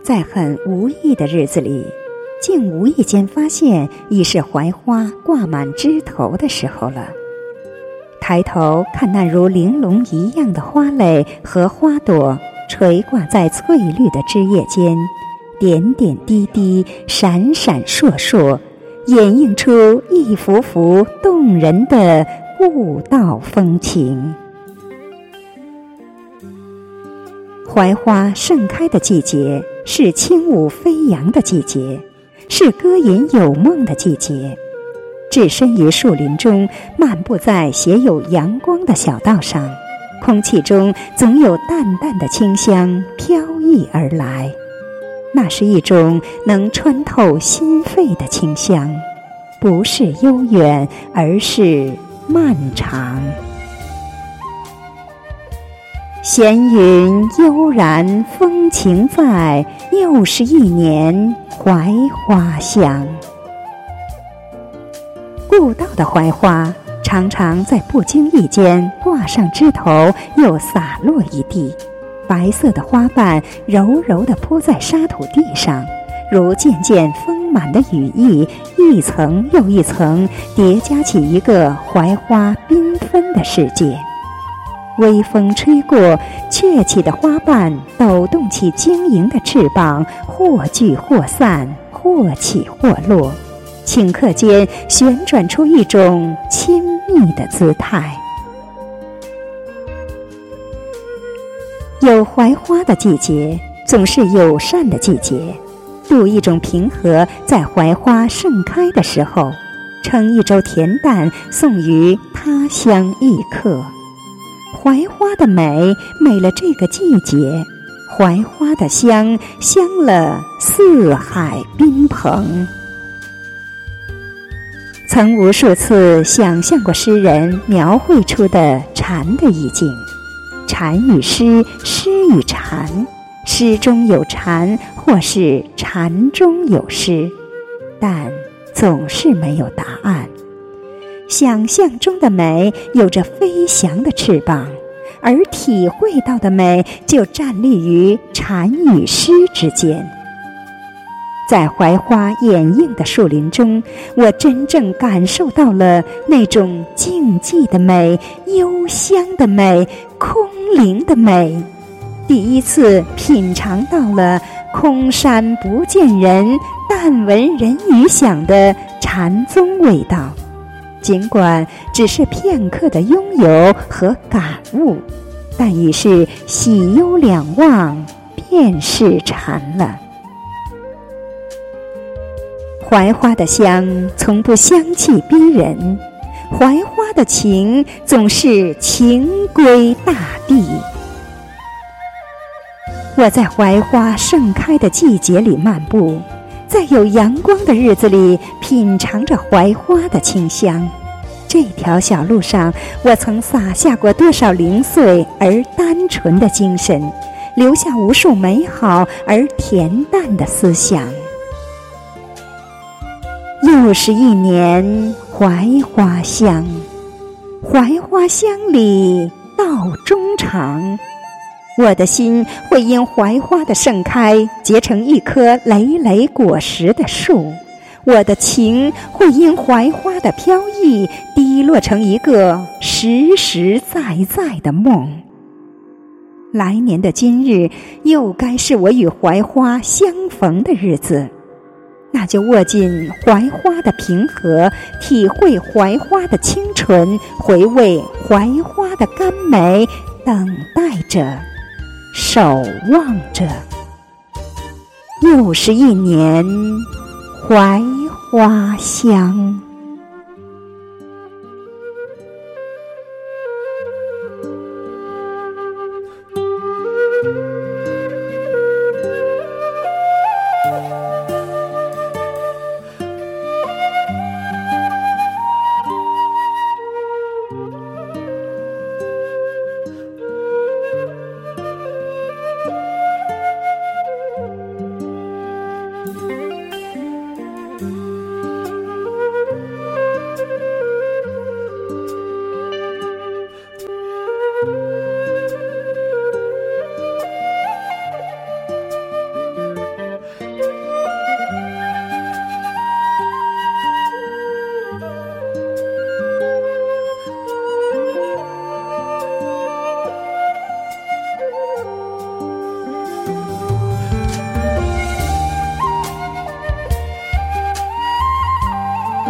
在很无意的日子里，竟无意间发现已是槐花挂满枝头的时候了。抬头看那如玲珑一样的花蕾和花朵垂挂在翠绿的枝叶间，点点滴滴，闪闪烁烁，掩映出一幅幅动人的故道风情。槐花盛开的季节是轻舞飞扬的季节，是歌吟有梦的季节。置身于树林中，漫步在携有阳光的小道上，空气中总有淡淡的清香飘逸而来，那是一种能穿透心肺的清香，不是悠远，而是漫长。闲云悠然风情在，又是一年槐花香。故道的槐花常常在不经意间挂上枝头，又洒落一地，白色的花瓣柔柔地铺在沙土地上，如渐渐丰满的羽翼，一层又一层叠加起一个槐花缤纷的世界。微风吹过，雀起的花瓣抖动起晶莹的翅膀，或聚或散，或起或落，顷刻间旋转出一种亲密的姿态。有槐花的季节，总是友善的季节，度一种平和，在槐花盛开的时候，盛一粥甜淡，送于他乡异客。槐花的美，美了这个季节；槐花的香，香了四海宾朋。曾无数次想象过诗人描绘出的禅的意境，禅与诗，诗与禅，诗中有禅，或是禅中有诗，但总是没有答案。想象中的美有着飞翔的翅膀，而体会到的美就站立于禅与诗之间。在槐花掩映的树林中，我真正感受到了那种静寂的美、幽香的美、空灵的美，第一次品尝到了空山不见人，但闻人语响的禅宗味道。尽管只是片刻的拥有和感悟，但已是喜忧两忘，便是禅了。槐花的香从不香气逼人，槐花的情总是情归大地。我在槐花盛开的季节里漫步，在有阳光的日子里品尝着槐花的清香。这条小路上，我曾洒下过多少零碎而单纯的精神，留下无数美好而恬淡的思想。又是一年槐花香，槐花香里道中长。我的心会因槐花的盛开结成一棵累累果实的树，我的情会因槐花的飘逸滴落成一个实实在在的梦。来年的今日，又该是我与槐花相逢的日子，那就握紧槐花的平和，体会槐花的清纯，回味槐花的甘美，等待着，守望着。又是一年槐花香。